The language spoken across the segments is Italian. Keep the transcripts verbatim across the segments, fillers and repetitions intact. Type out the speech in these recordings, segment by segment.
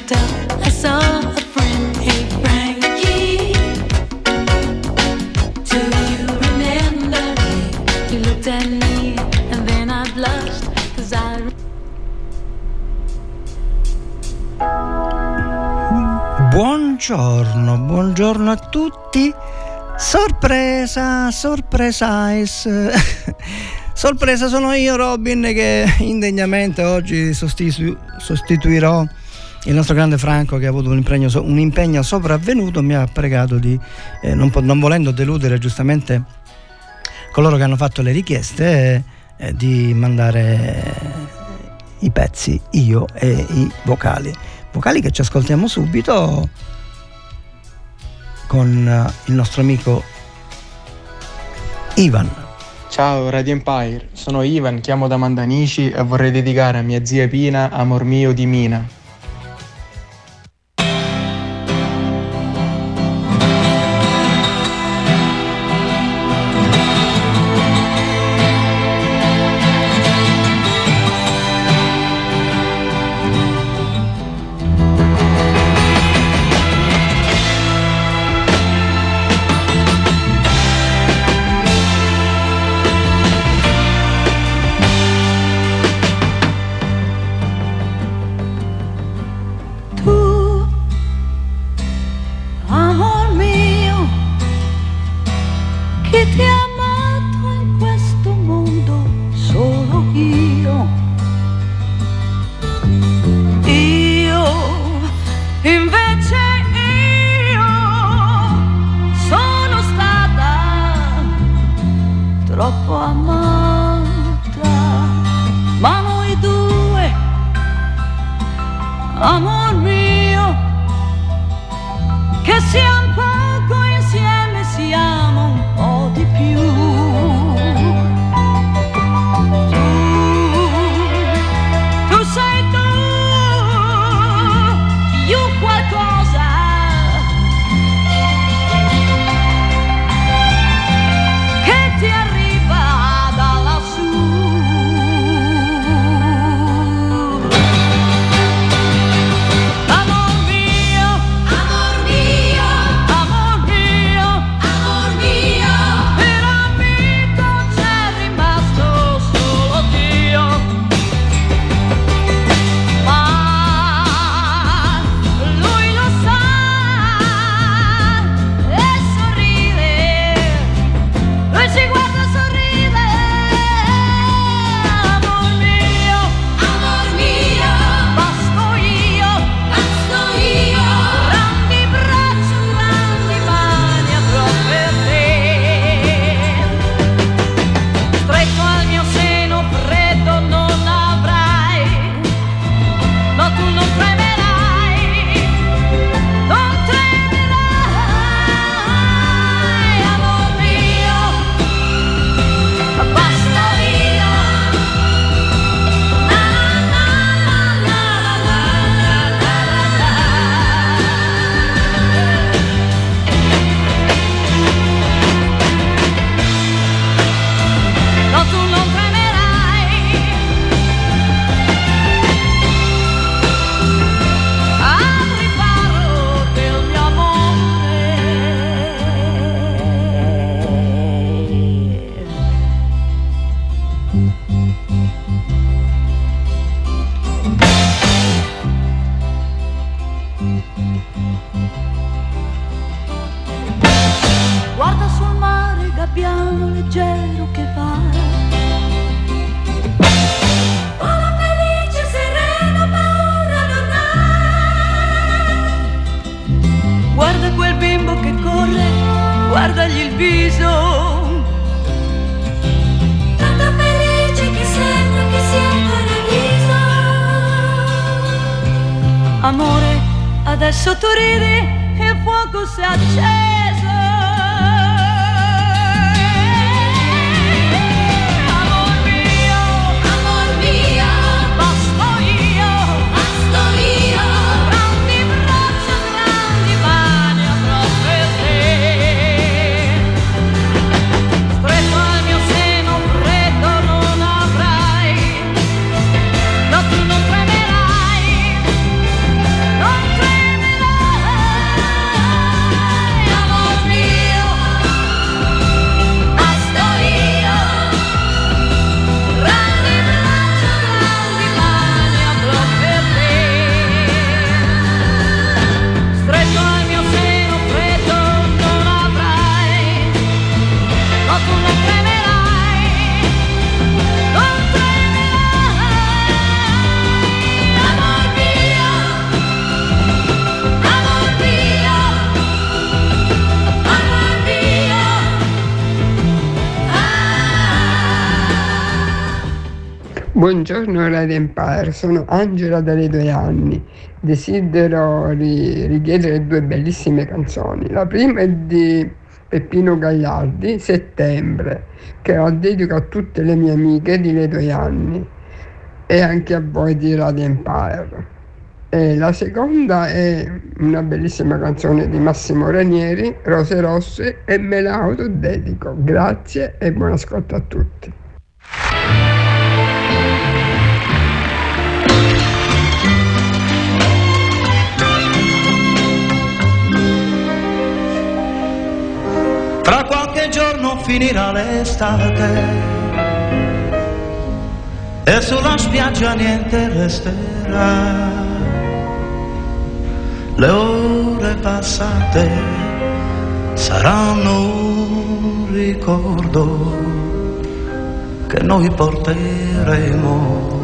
looked up, I saw a friend. Hey Frankie, do you remember me? You looked at me and then I blushed, 'cause I Buongiorno, buongiorno a tutti. Sorpresa, sorpresa, sorpresa, sono io Robin che indegnamente oggi sostitu- sostituirò il nostro grande Franco, che ha avuto un impegno, un impegno sopravvenuto. Mi ha pregato di, eh, non, po- non volendo deludere giustamente coloro che hanno fatto le richieste, eh, di mandare i pezzi, io e i vocali. Vocali che ci ascoltiamo subito con il nostro amico Ivan. Ciao Radio Empire, sono Ivan, chiamo da Mandanici e vorrei dedicare a mia zia Pina Amor mio di Mina. guardagli il viso, tanto felice che sembra che sia in paradiso. Amore, adesso tu ridi e il fuoco si è acceso. Non Buongiorno Radio Empire, sono Angela dalle due anni. Desidero ri- richiedere due bellissime canzoni. La prima è di Peppino Gagliardi, Settembre, che la dedico a tutte le mie amiche di Le due anni e anche a voi di Radio Empire. E la seconda è una bellissima canzone di Massimo Ranieri, Rose Rosse, e me la autodedico. Grazie e buon ascolto a tutti. Tra qualche giorno finirà l'estate e sulla spiaggia niente resterà. Le ore passate saranno un ricordo che noi porteremo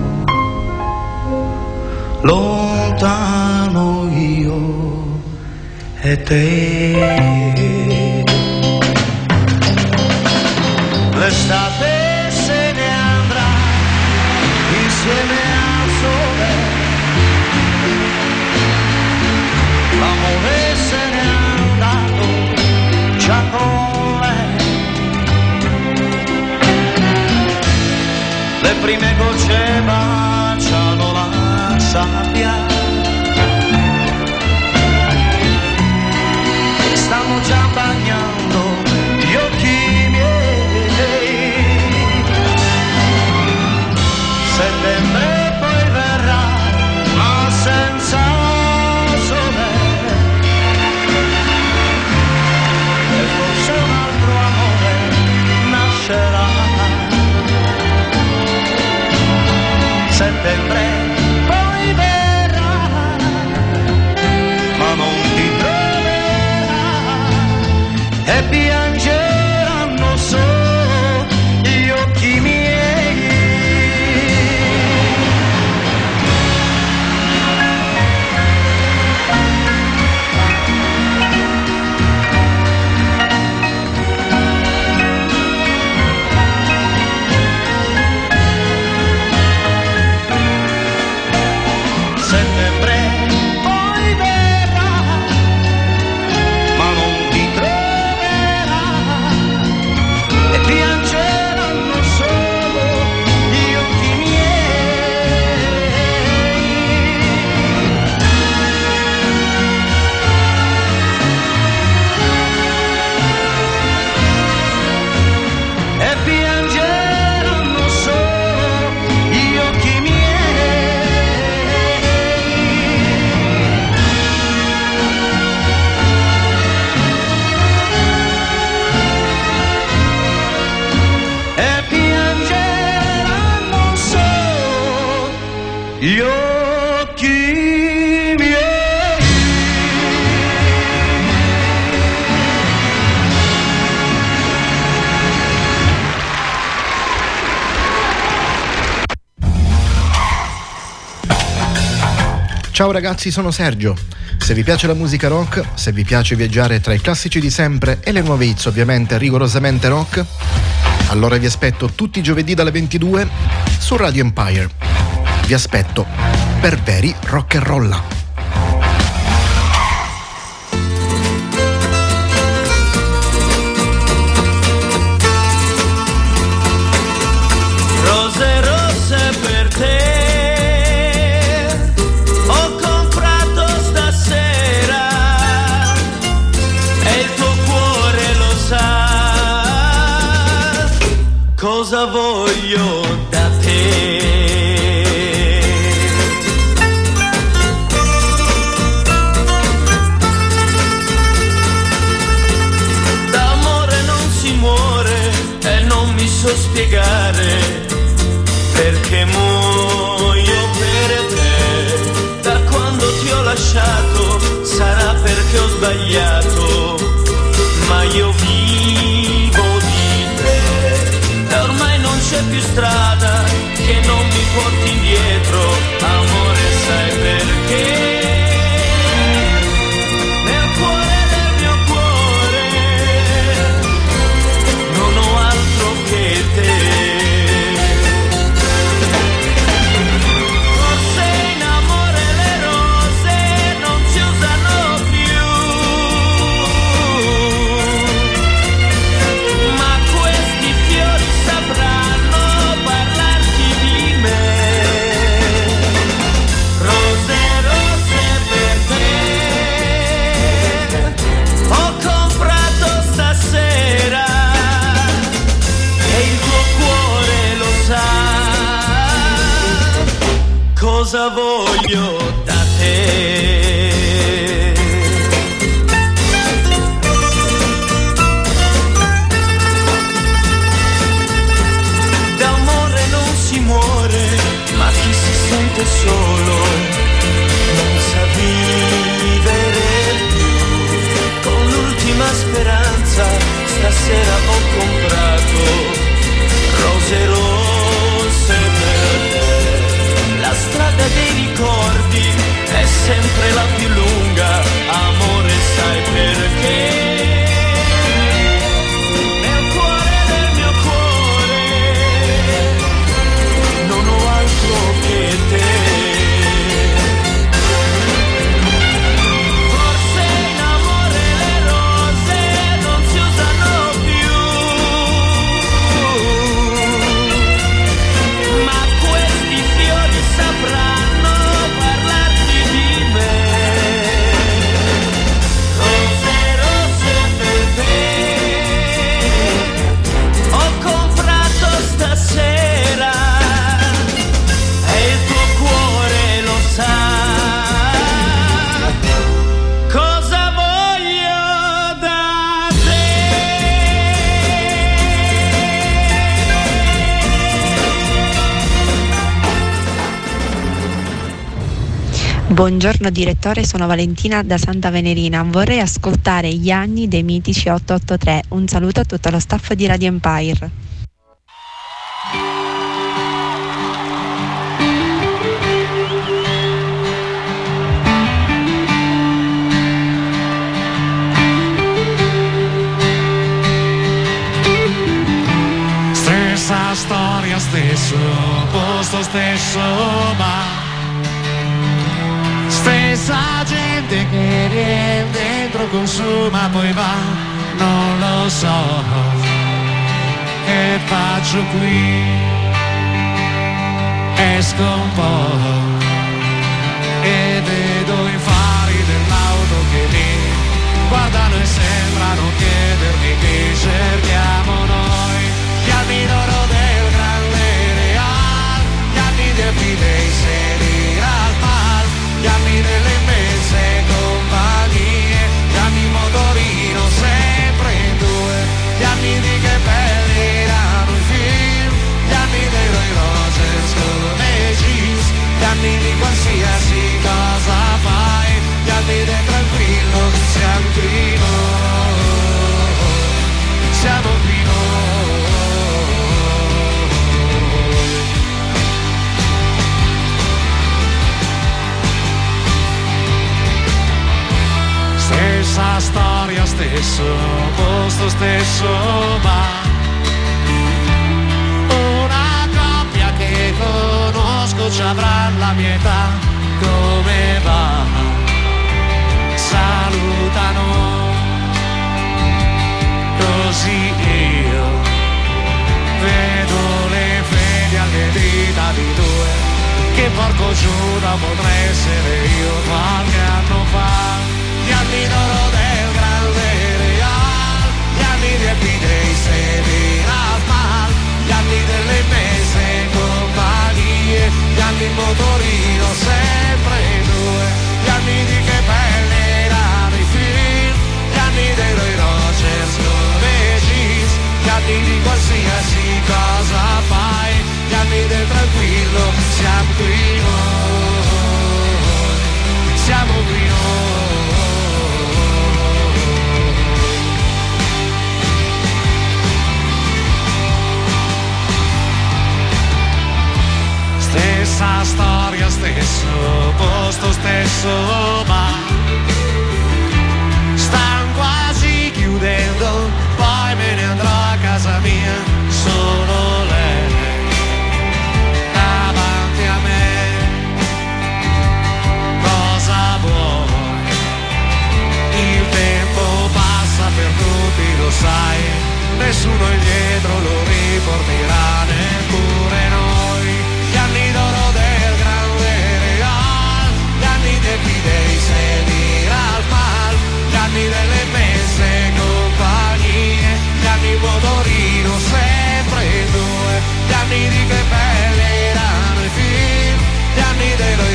lontano io e te. L'estate se ne andrà insieme al sole, l'amore se n'è andato già con lei. Le prime gocce baciano la sabbia, stanno già bagnando gli occhi miei. Settembre poi verrà, ma senza sole, e forse un altro amore nascerà. Settembre poi verrà, ma non ti troverà, e piangeranno solo gli occhi miei. Gli occhi miei. Ciao ragazzi, sono Sergio. Se vi piace la musica rock, se vi piace viaggiare tra i classici di sempre e le nuove hits ovviamente rigorosamente rock, allora vi aspetto tutti i giovedì dalle ventidue su Radio Empire. Vi aspetto per veri rock and roll. Rose rosse per te ho comprato stasera e il tuo cuore lo sa cosa voglio da te. So spiegare perché muoio per te. Da quando ti ho lasciato sarà perché ho sbagliato, ma io vivo di te e ormai non c'è più strada che non mi porti indietro, amore, sai perché? cosa voglio da te. D'amore non si muore, ma chi si sente solo non sa vivere più. Con l'ultima speranza stasera ho comprato rose rosse per te. La strada dei ricordi è sempre la più lunga, amore, sai perché? Nel cuore del mio cuore non ho altro che te. Forse in amore le rose non si usano più, ma questi fiori sapranno parlarti di me. Rose rosse per te ho comprato stasera e il tuo cuore lo sa cosa voglio da te. Buongiorno direttore, sono Valentina da Santa Venerina. Vorrei ascoltare Gli anni dei mitici otto otto tre. Un saluto a tutto lo staff di Radio Empire. Stessa storia, stesso posto, stesso ma stessa gente che viene dentro, consuma, poi va, non lo so che faccio qui. Esco un po' e vedo i fari dell'auto che lì guardano e sembrano chiedermi chi cerchiamo noi. Gli anni d'oro del grande real, gli anni del dei seri al mal, gli anni delle immense compagnie, gli anni motorino sempre in due, gli anni di che belli erano i film, gli anni dei Roy Rogers con i jeans, gli anni di qualsiasi cosa fai, gli anni del tranquillo, siamo qui noi, siamo qui noi. Stessa storia, stesso posto, stesso ma una coppia che conosco ci avrà la mia età, come va? Salutano così io vedo le fedi alle dita di due, che porco Giuda potrei essere io qualche anno fa. Gli anni d'oro del grande real, gli anni di Happy Days e di Ralph Mal, gli anni delle immense compagnie, gli anni in motorino sempre in due, gli anni di che belli erano i film, gli anni dei Roy Rogers con i jeans, gli anni di qualsiasi cosa fai, gli anni del tranquillo, siamo qui noi, siamo qui noi. Stessa storia, stesso posto, stesso ma stan quasi chiudendo, poi me ne andrò a casa mia, solo lei davanti a me. Cosa vuoi? Il tempo passa per tutti, lo sai, nessuno indietro lo riporterà, neppure noi. Gli anni d'oro del grande real, gli anni del Days e di Ralph Mal, gli anni delle immense compagnie, gli anni motorino sempre in due, gli anni di che belli erano i film, gli anni dei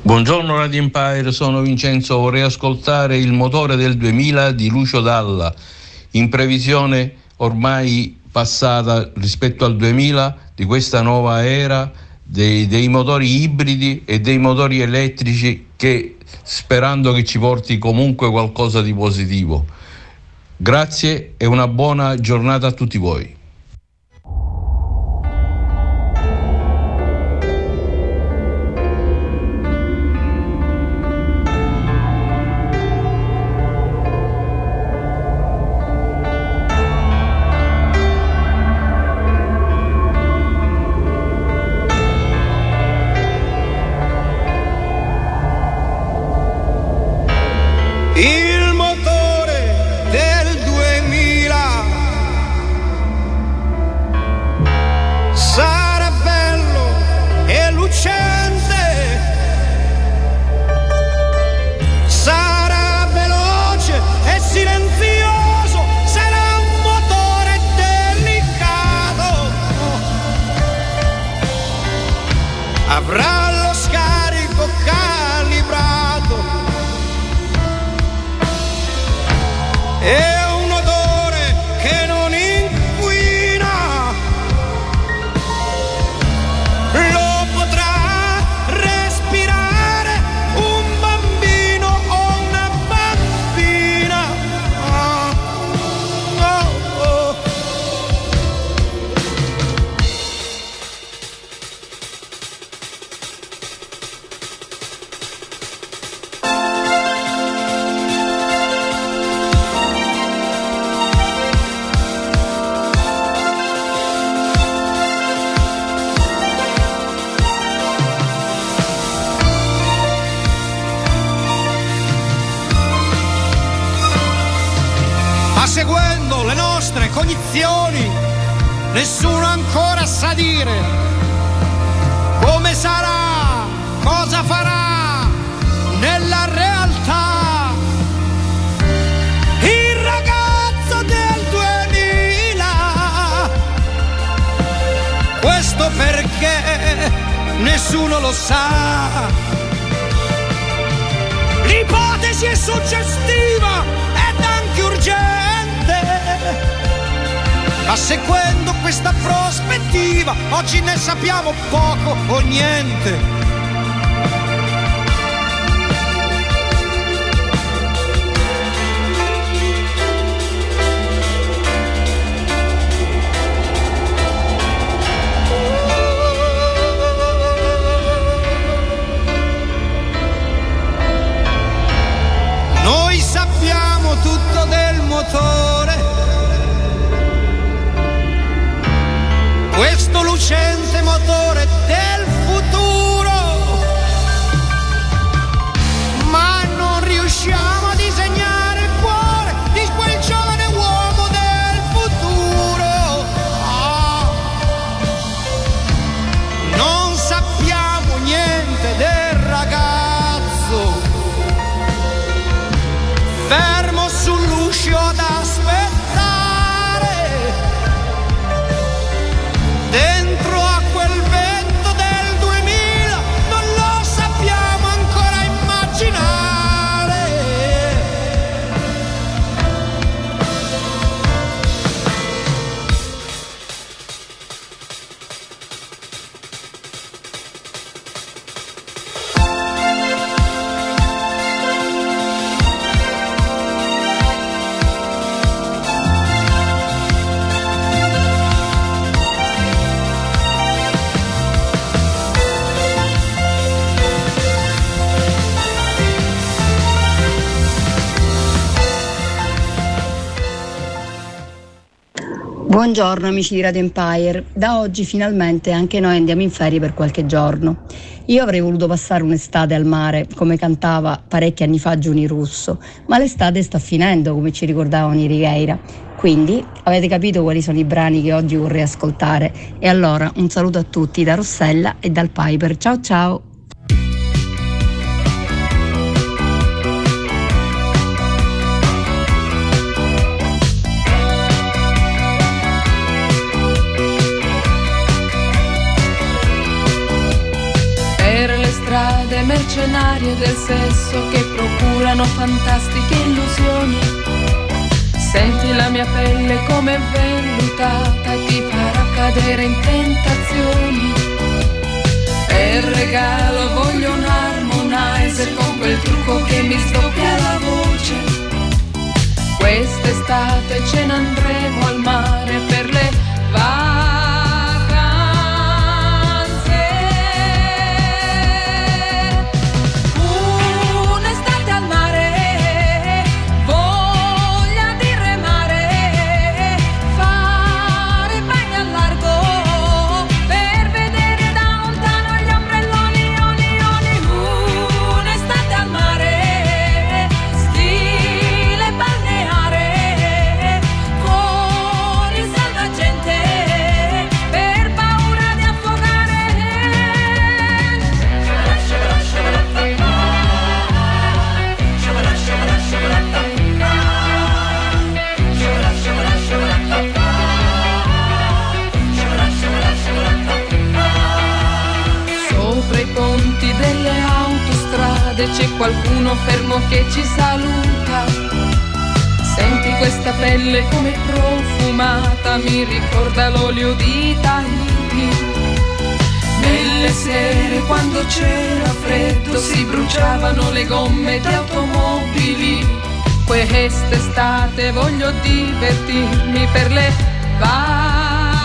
Buongiorno Radio Empire, sono Vincenzo, vorrei ascoltare Il motore del duemila di Lucio Dalla, in previsione ormai passata rispetto al duemila di questa nuova era dei, dei motori ibridi e dei motori elettrici, che sperando che ci porti comunque qualcosa di positivo. Grazie e una buona giornata a tutti voi. Il motore del duemila sarà bello e lucente, sarà veloce e silenzioso, sarà un motore delicato, avrà lo scarico calibrato. È un odore che non inquina, lo potrà respirare un bambino o una bambina. Oh, oh, oh. Ma seguendo le nostre cognizioni, nessuno ancora sa dire come sarà, cosa farà nella realtà. Il ragazzo del duemila, questo perché nessuno lo sa. L'ipotesi è suggestiva ed anche urgente, ma seguendo questa prospettiva oggi ne sappiamo poco o niente. Noi sappiamo tutto del motore, questo lucente motore del futuro, ma non riusciamo a disegnare il cuore di quel giovane uomo del futuro. Ah. Non sappiamo niente del ragazzo fermo sull'uscio ad aspettare, dentro a quel vento del duemila non lo sappiamo ancora immaginare. Buongiorno amici di Radio Empire, da oggi finalmente anche noi andiamo in ferie per qualche giorno. Io avrei voluto passare un'estate al mare, come cantava parecchi anni fa Giuni Russo, ma l'estate sta finendo, come ci ricordavano i Righeira. Quindi avete capito quali sono i brani che oggi vorrei ascoltare. E allora un saluto a tutti da Rossella e dal Piper. Ciao ciao! Per le strade merci scenario del sesso che procurano fantastiche illusioni. Senti la mia pelle come vellutata e ti farà cadere in tentazioni. Per regalo voglio un harmonizer con quel trucco che mi sdoppia la voce. Quest'estate ce ne andremo al mare per le vacanze. Un'estate al mare, voglia di remare, fare bagni al largo per vedere da lontano gli ombrelloni, oni, oni. Un'estate al mare, stile balneare, con il salvagente per paura di affogare. Sopra i ponti delle autostrade c'è qualcuno fermo che ci saluta. Senti questa pelle come profumata, mi ricorda l'olio di Tahiti. Nelle sere quando c'era freddo si bruciavano le gomme di automobili. Quest'estate voglio divertirmi per le vacanze.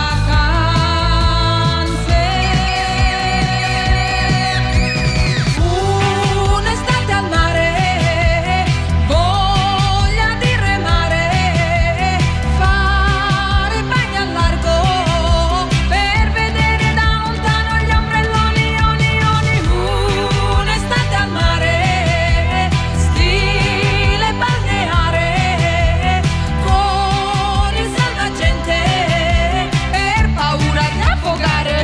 Un'estate al mare, voglia di remare, fare bagni al largo per vedere da lontano gli ombrelloni, oni, oni. Un'estate al mare, stile balneare, con il salvagente per paura di affogare.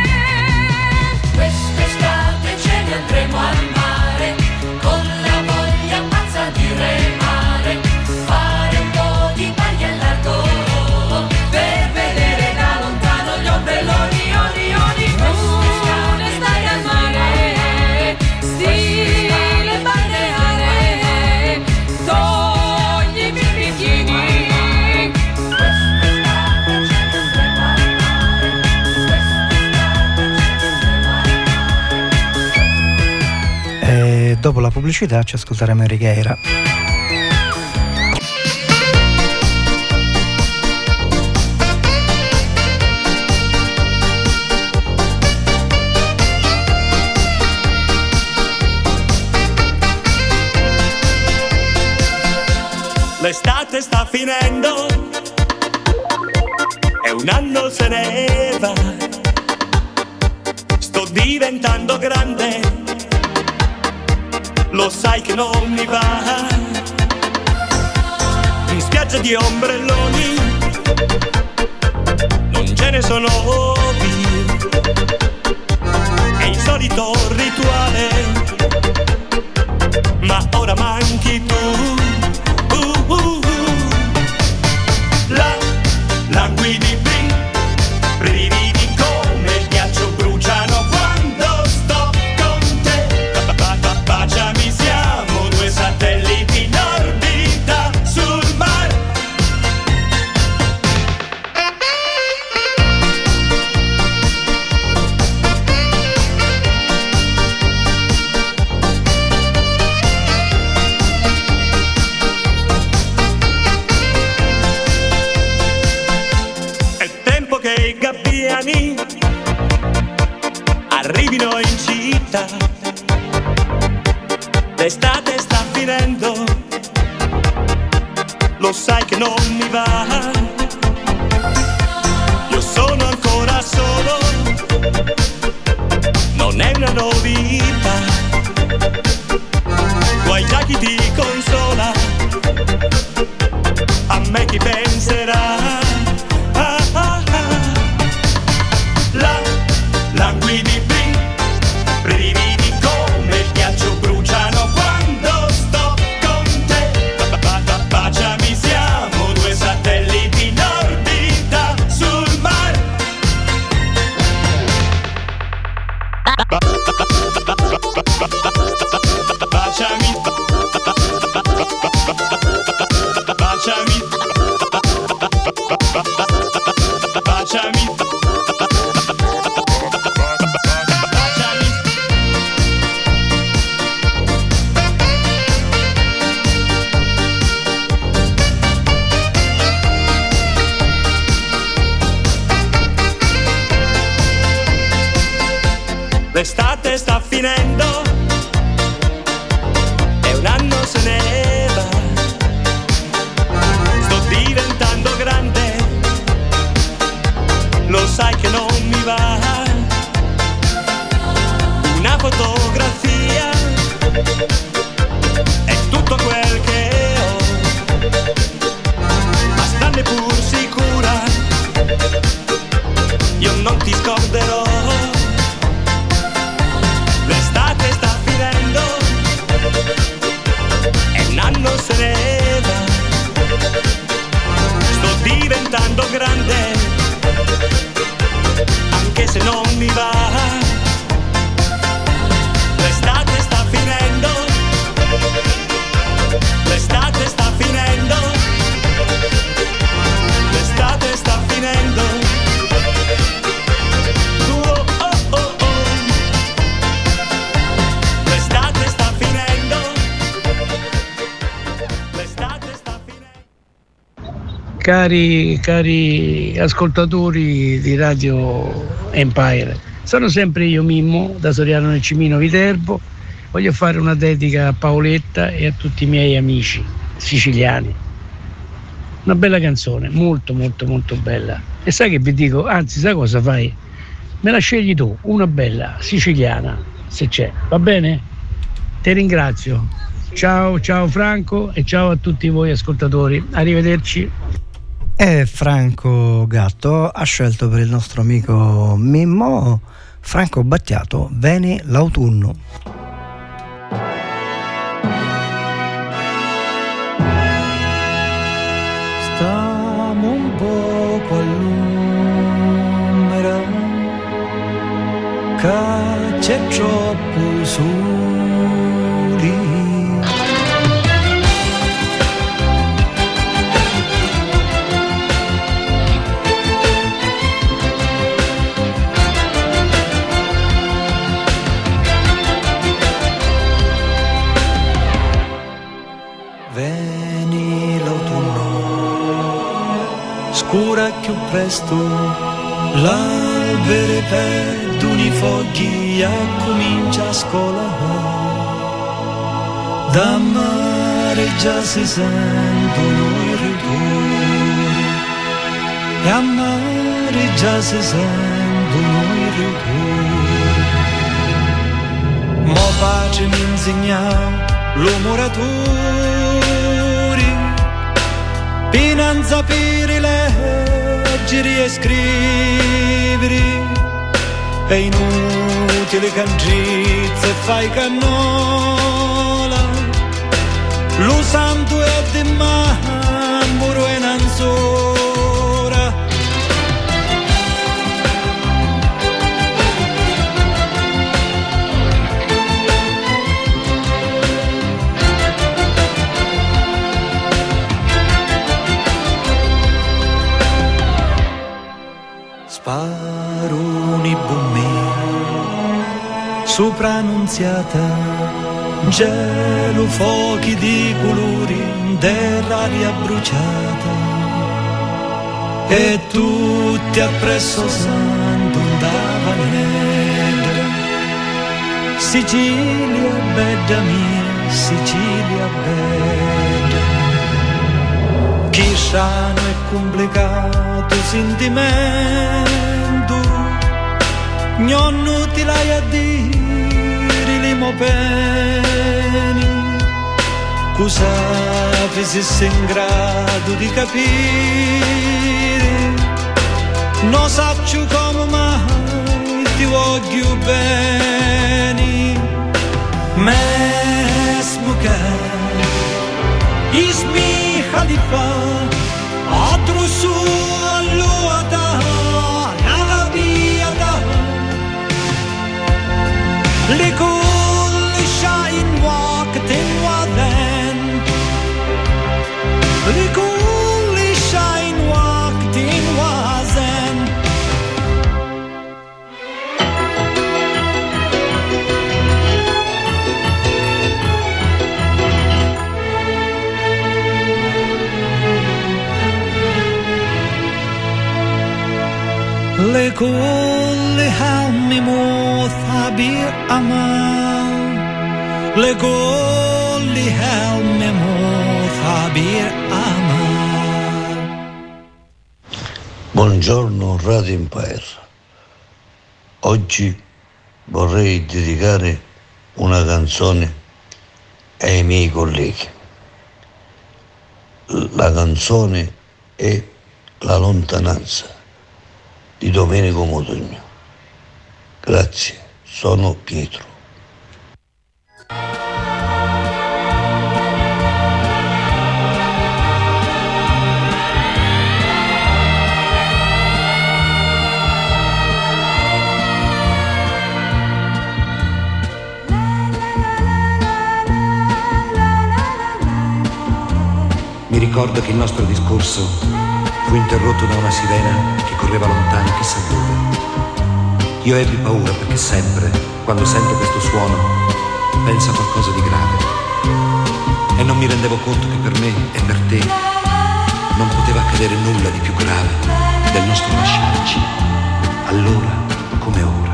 Quest'estate ce ne andremo al mare con la voglia pazza di remare, fare un po' di bagni al largo per vedere da lontano gli ombrelloni, oni, oni. Un'estate al mare, stile balneare, toglimi i bikini. E dopo la pubblicità ci ascolteremo Righeira. L'estate sta finendo e un anno se ne va. Sto diventando grande, lo sai che non mi va. In spiaggia di ombrelloni non ce ne sono più. È il solito rituale, ma ora manchi tu. Uh, uh, uh. La languidi bling, brividi come il ghiaccio bruciano quando sto con te. Ba- ba- ba- Baciami, siamo due satelliti in orbita sul mare. È tempo che i gabbiani arrivino in città. L'estate sta finendo, lo sai che non mi va. Io sono ancora solo, non è una novità. Guai già chi ti consola, a me chi penserà. Ah, ah, ah. La languidi bling, brividi come il ghiaccio bruciano quando sto con te. Ba- ba- ba- Baciami, siamo due satelliti in orbita sul mare. Ba- ba- ba- ba- ba- ba- ba- l'estate sta finendo e un anno se ne va. Sto diventando grande, lo sai che non mi va. Una fotografia è tutto quel che ho, ma stanne pur sicura, io non ti scorderò. L'estate sta finendo e un anno se ne va. Sto diventando grande, anche se non mi va. L'estate sta finendo, l'estate sta finendo, l'estate sta finendo. Oh, oh, oh, oh. L'estate sta finendo, l'estate sta finendo. Cari, cari ascoltatori di Radio Empire, sono sempre io Mimmo da Soriano nel Cimino Viterbo. Voglio fare una dedica a Paoletta e a tutti i miei amici siciliani. Una bella canzone, molto molto molto bella. E sai che vi dico, anzi sai cosa fai? Me la scegli tu, una bella siciliana, se c'è, va bene? Ti ringrazio. Ciao, ciao Franco e ciao a tutti voi ascoltatori. Arrivederci. E Franco Gatto ha scelto per il nostro amico Mimmo Franco Battiato, Veni l'autunno. Stiamo un poco all'ombra, che c'è troppo soli. Veni l'autunno, scura più presto, l'albero perdono i fogli e comincia a scolare. Da mare già si sentono i ritorni, e a mare già si sentono i ritorni. Mo pace mi insegnò l'umoratori, pinanza per leggere e scrivere, è inutile cancizza e fai cannola, lo santo è di mamburo e non sora. Sparoni bombe sopra Annunziata, cielo, fuochi di colori, dell'aria bruciata, e tutti appresso santo andava nera. Sicilia bella mia, Sicilia bella, chi sano e complicato sentimento, non ti l'hai a dire li mo peni, cosa fessi in grado di capire, non saccio come mai ti voglio bene, mesmo che ismi Khalifa altro su all'uata la viata le colli shine walk in waden le colli shine walk in wazen. Le colle han مموت بير أمان لقول لي هل مموت بير أمان. Buongiorno Radio Empire. Oggi vorrei dedicare una canzone ai miei colleghi. La canzone è La lontananza di Domenico Modugno. Grazie, sono Pietro. Mi ricordo che il nostro discorso fu interrotto da una sirena che correva lontano chissà dove. Io ebbi paura perché sempre, quando sento questo suono, penso a qualcosa di grave. E non mi rendevo conto che per me e per te non poteva accadere nulla di più grave del nostro lasciarci, allora come ora.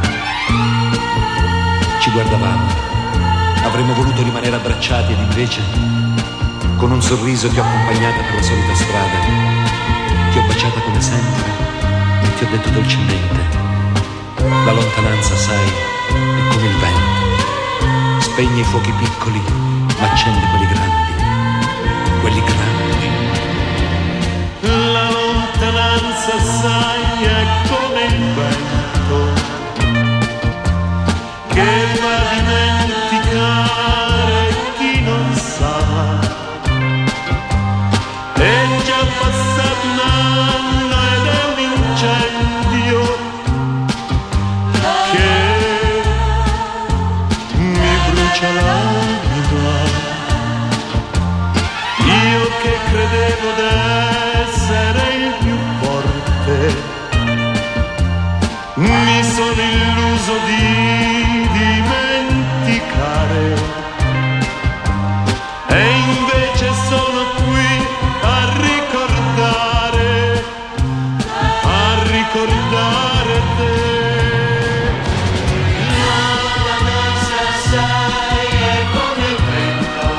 Ci guardavamo, avremmo voluto rimanere abbracciati ed invece, con un sorriso ti ho accompagnata per la solita strada, ti ho baciata come sempre e ti ho detto dolcemente: la lontananza, sai, è come il vento, spegne i fuochi piccoli ma accende quelli grandi, quelli grandi. La lontananza, sai, è come il vento che fa dimenticare chi non sa. È già passato un anno ed è un incendio che mi brucia l'anima. Io che credevo d'essere il più forte, mi sono illuso di dimenticare, e invece sono qui a ricordare, a ricordare te. La lontananza, sai, è come il vento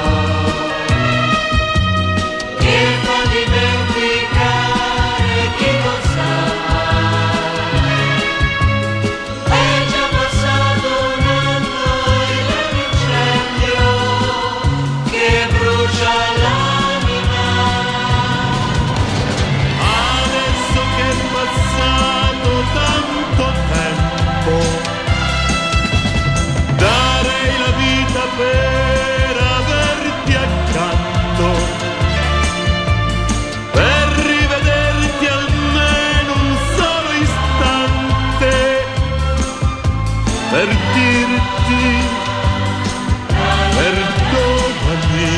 che fa dimenticare chi non sa. È già passato un anno ed è un incendio che brucia l'anima. Adesso che è passato tanto tempo, darei la vita per averti accanto, per rivederti almeno un solo istante, per dirti perdonami.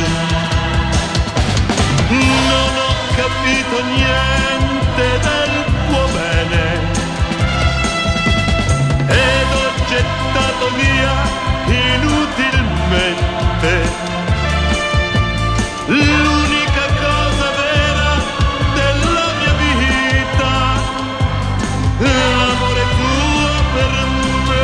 Non ho capito niente del tuo bene ed ho gettato via inutilmente l'unica cosa vera della mia vita, l'amore tuo per me.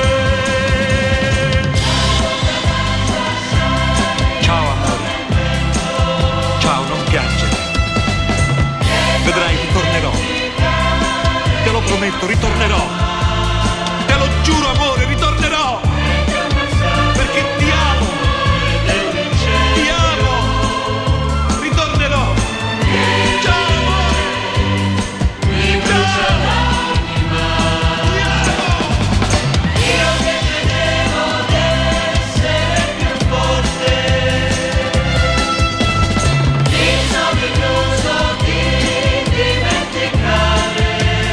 Ciao amore, ciao, non piangere. Vedrai, ritornerò. Te lo prometto, ritornerò. Te lo giuro, amore, ritornerò. Perché ti amo. Ti amo. Ritornerò. Ciao, amore. Mi brucia l'anima. Io che credevo d'essere più forte, mi sono illuso di dimenticare,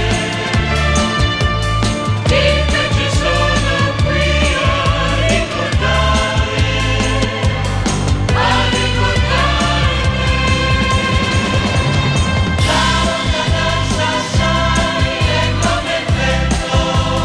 invece sono qui a ricordare, a ricordare la lontananza, sai, è come il vento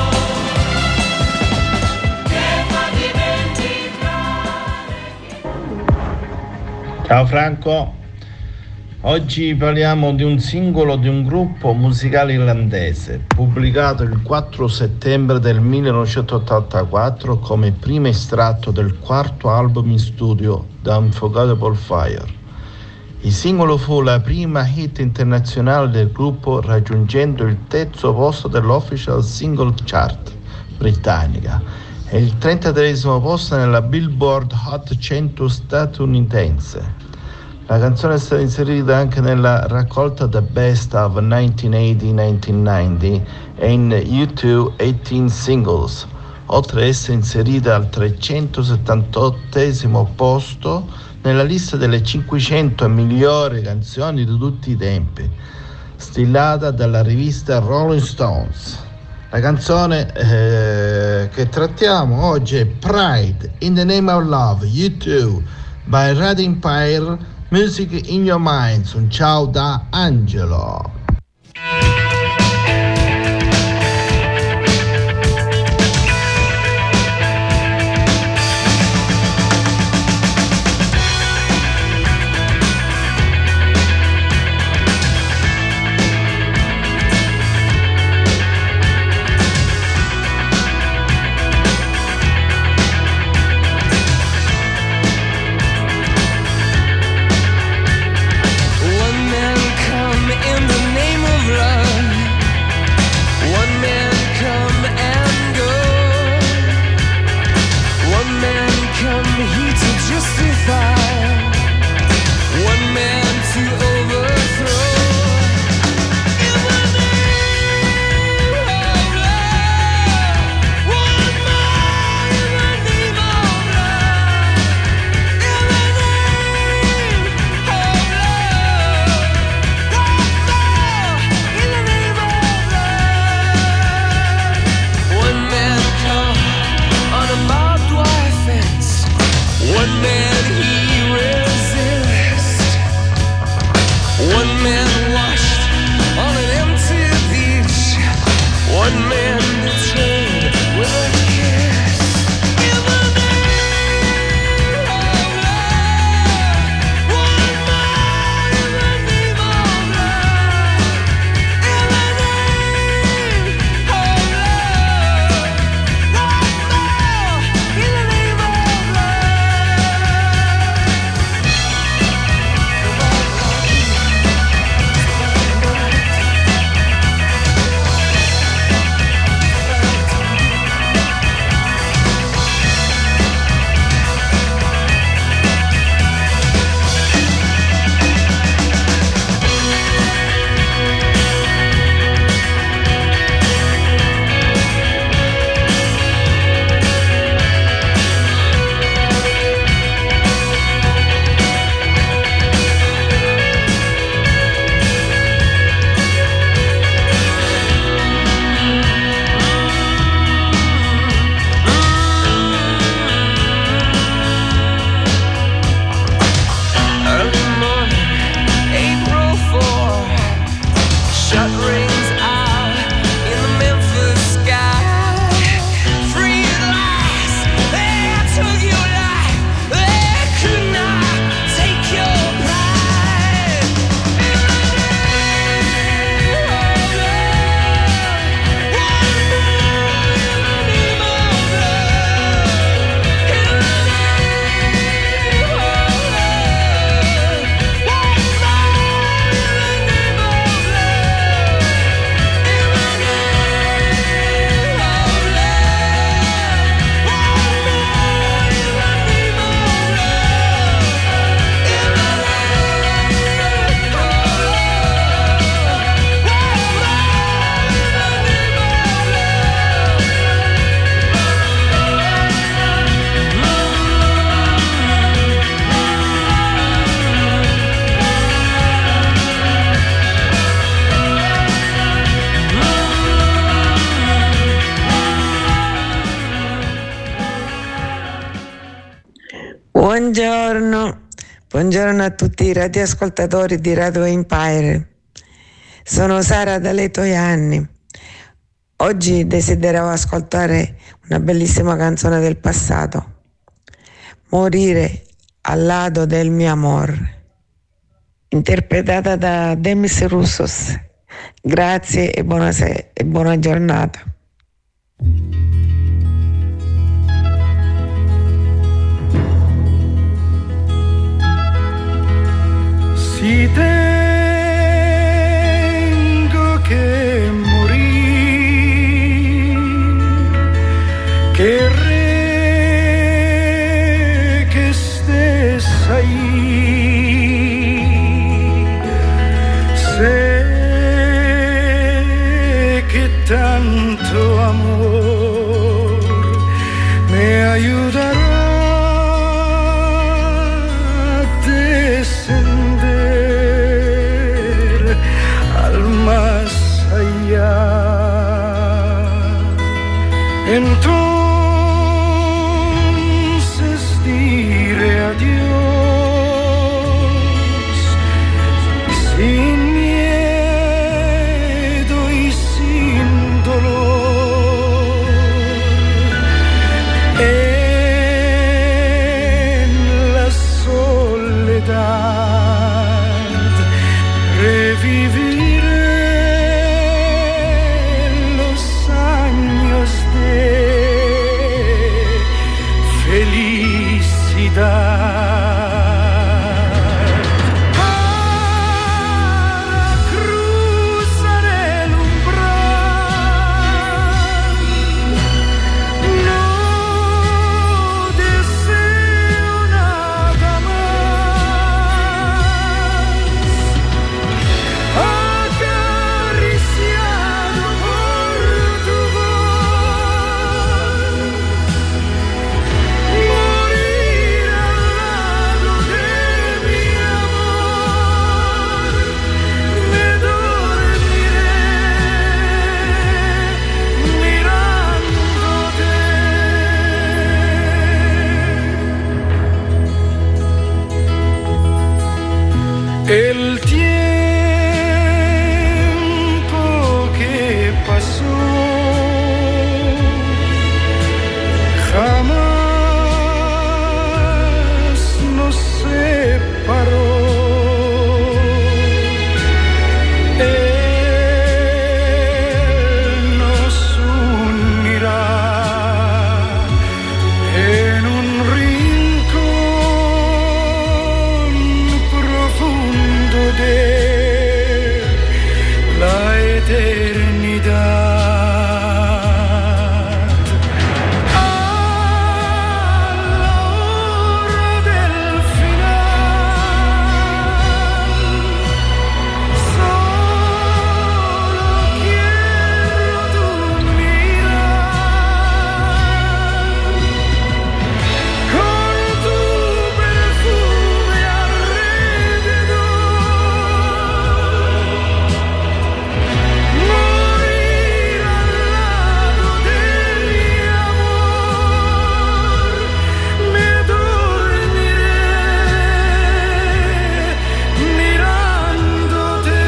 che fa dimenticare. Ciao Franco, Oggi parliamo di un singolo di un gruppo musicale irlandese, pubblicato il quattro settembre del millenovecentottantaquattro come primo estratto del quarto album in studio, The Unforgettable Fire. Il singolo fu la prima hit internazionale del gruppo, raggiungendo il terzo posto dell'Official Single Chart britannica e il trentatreesimo posto nella Billboard Hot cento statunitense. La canzone è stata inserita anche nella raccolta The Best of millenovecentottanta millenovecentonovanta e in U due diciotto Singles, oltre ad essere inserita al trecentosettantottesimo posto nella lista delle cinquecento migliori canzoni di tutti i tempi, stilata dalla rivista Rolling Stones. La canzone eh, che trattiamo oggi è Pride in the Name of Love, U due, by Radio Empire, Music in Your Minds. Un ciao da Angelo. Buongiorno, buongiorno a tutti i radioascoltatori di Radio Empire. Sono Sara da Letojanni. Oggi desideravo ascoltare una bellissima canzone del passato, Morire al lato del mio amor. interpretata da Demis Roussos. Grazie e buona, se- e buona giornata. Si tengo che morire, che re che stessa io, se che tanto amor me aiuterà a descender al más allá. Entonces diré adiós sin miedo y sin dolor. En la soledad reviviré los años de felicidad. Para cruzar el umbral no deseo nada más. Acariciado por tu voz, morir al lado de mi amor, me dormiré mirándote. El tiempo que pasó jamás nos separó. Él nos unirá en un rincón profundo de la eternidad. A la hora del final, solo quiero tu mirar, con tu perfume alrededor, morir al lado de mi amor, me dormiré mirándote.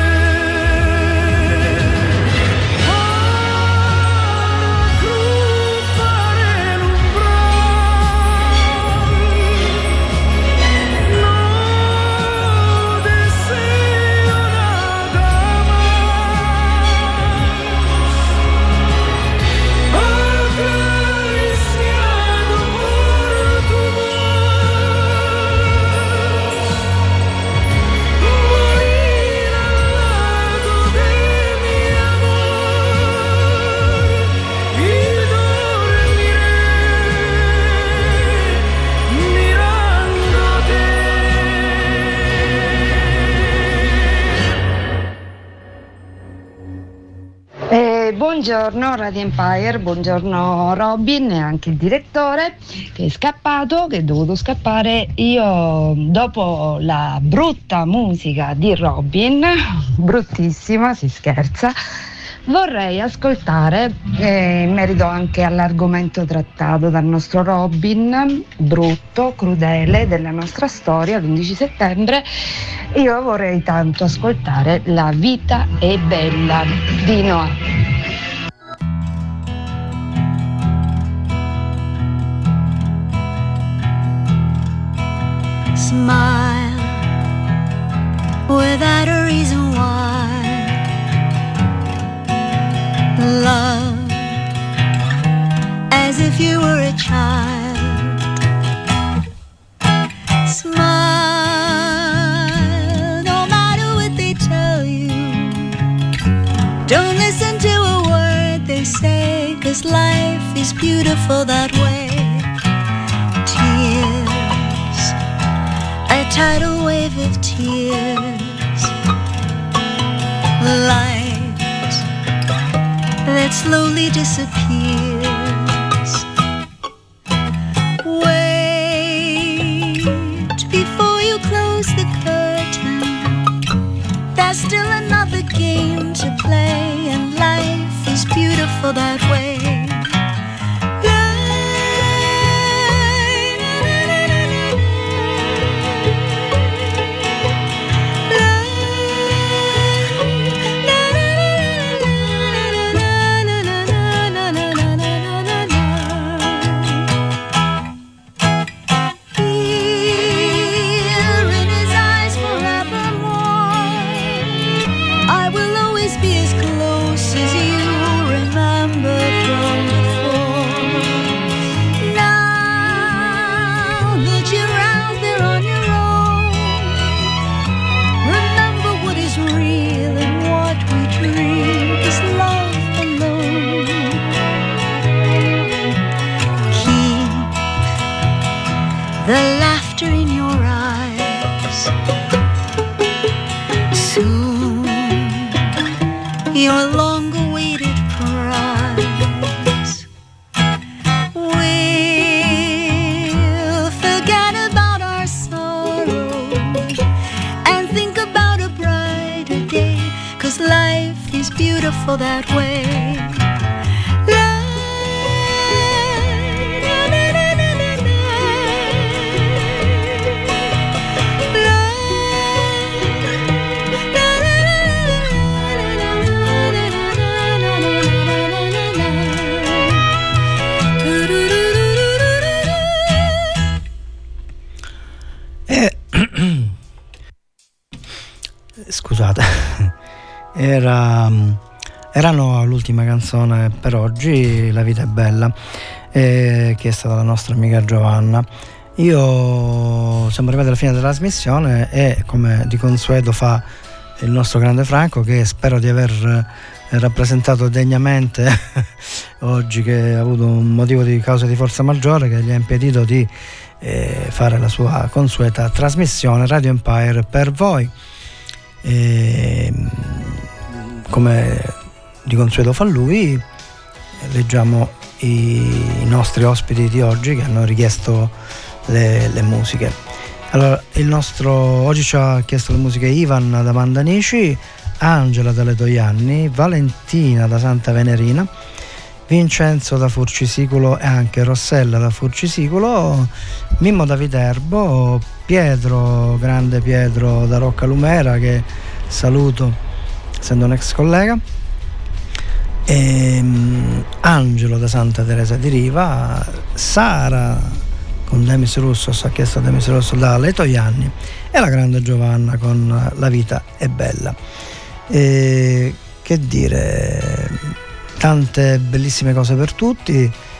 Para cruzar el umbral no deseo nada más. Acariciado por tu voz, morir al lado de mi amor y dormiré mirándote. Eh, buongiorno Radio Empire, buongiorno Robin e anche il direttore che è scappato, che è dovuto scappare. Io dopo la brutta musica di Robin, bruttissima, si scherza, vorrei ascoltare, eh, in merito anche all'argomento trattato dal nostro Robin, brutto, crudele della nostra storia, l'undici settembre, io vorrei tanto ascoltare La vita è bella di Noah. Smile, as if you were a child. Smile, no matter what they tell you. Don't listen to a word they say, 'cause life is beautiful that way. Tears, a tidal wave of tears. Light that slowly disappears. Wait before you close the curtain. There's still another game to play, and life is beautiful that way. Your long-awaited prize. We'll forget about our sorrow and think about a brighter day, 'cause life is beautiful that way. Scusate, era, erano l'ultima canzone per oggi, La vita è bella, eh, chiesta dalla nostra amica Giovanna. Io siamo arrivati alla fine della trasmissione e, come di consueto fa il nostro grande Franco, che spero di aver rappresentato degnamente oggi, che ha avuto un motivo di causa di forza maggiore che gli ha impedito di eh, fare la sua consueta trasmissione Radio Empire per voi. E, come di consueto fa lui, leggiamo i, i nostri ospiti di oggi che hanno richiesto le, le musiche. Allora, il nostro oggi ci ha chiesto le musiche Ivan da Mandanici, Angela da Letojanni, Valentina da Santa Venerina, Vincenzo da Furcisiculo e anche Rossella da Furcisiculo, Mimmo da Viterbo, Pietro, grande Pietro da Rocca Lumera, che saluto essendo un ex collega, e um, Angelo da Santa Teresa di Riva, Sara con Demis Russos, ha chiesto Demis Russos da Letojanni, e la grande Giovanna con La vita è bella. E che dire, tante bellissime cose per tutti.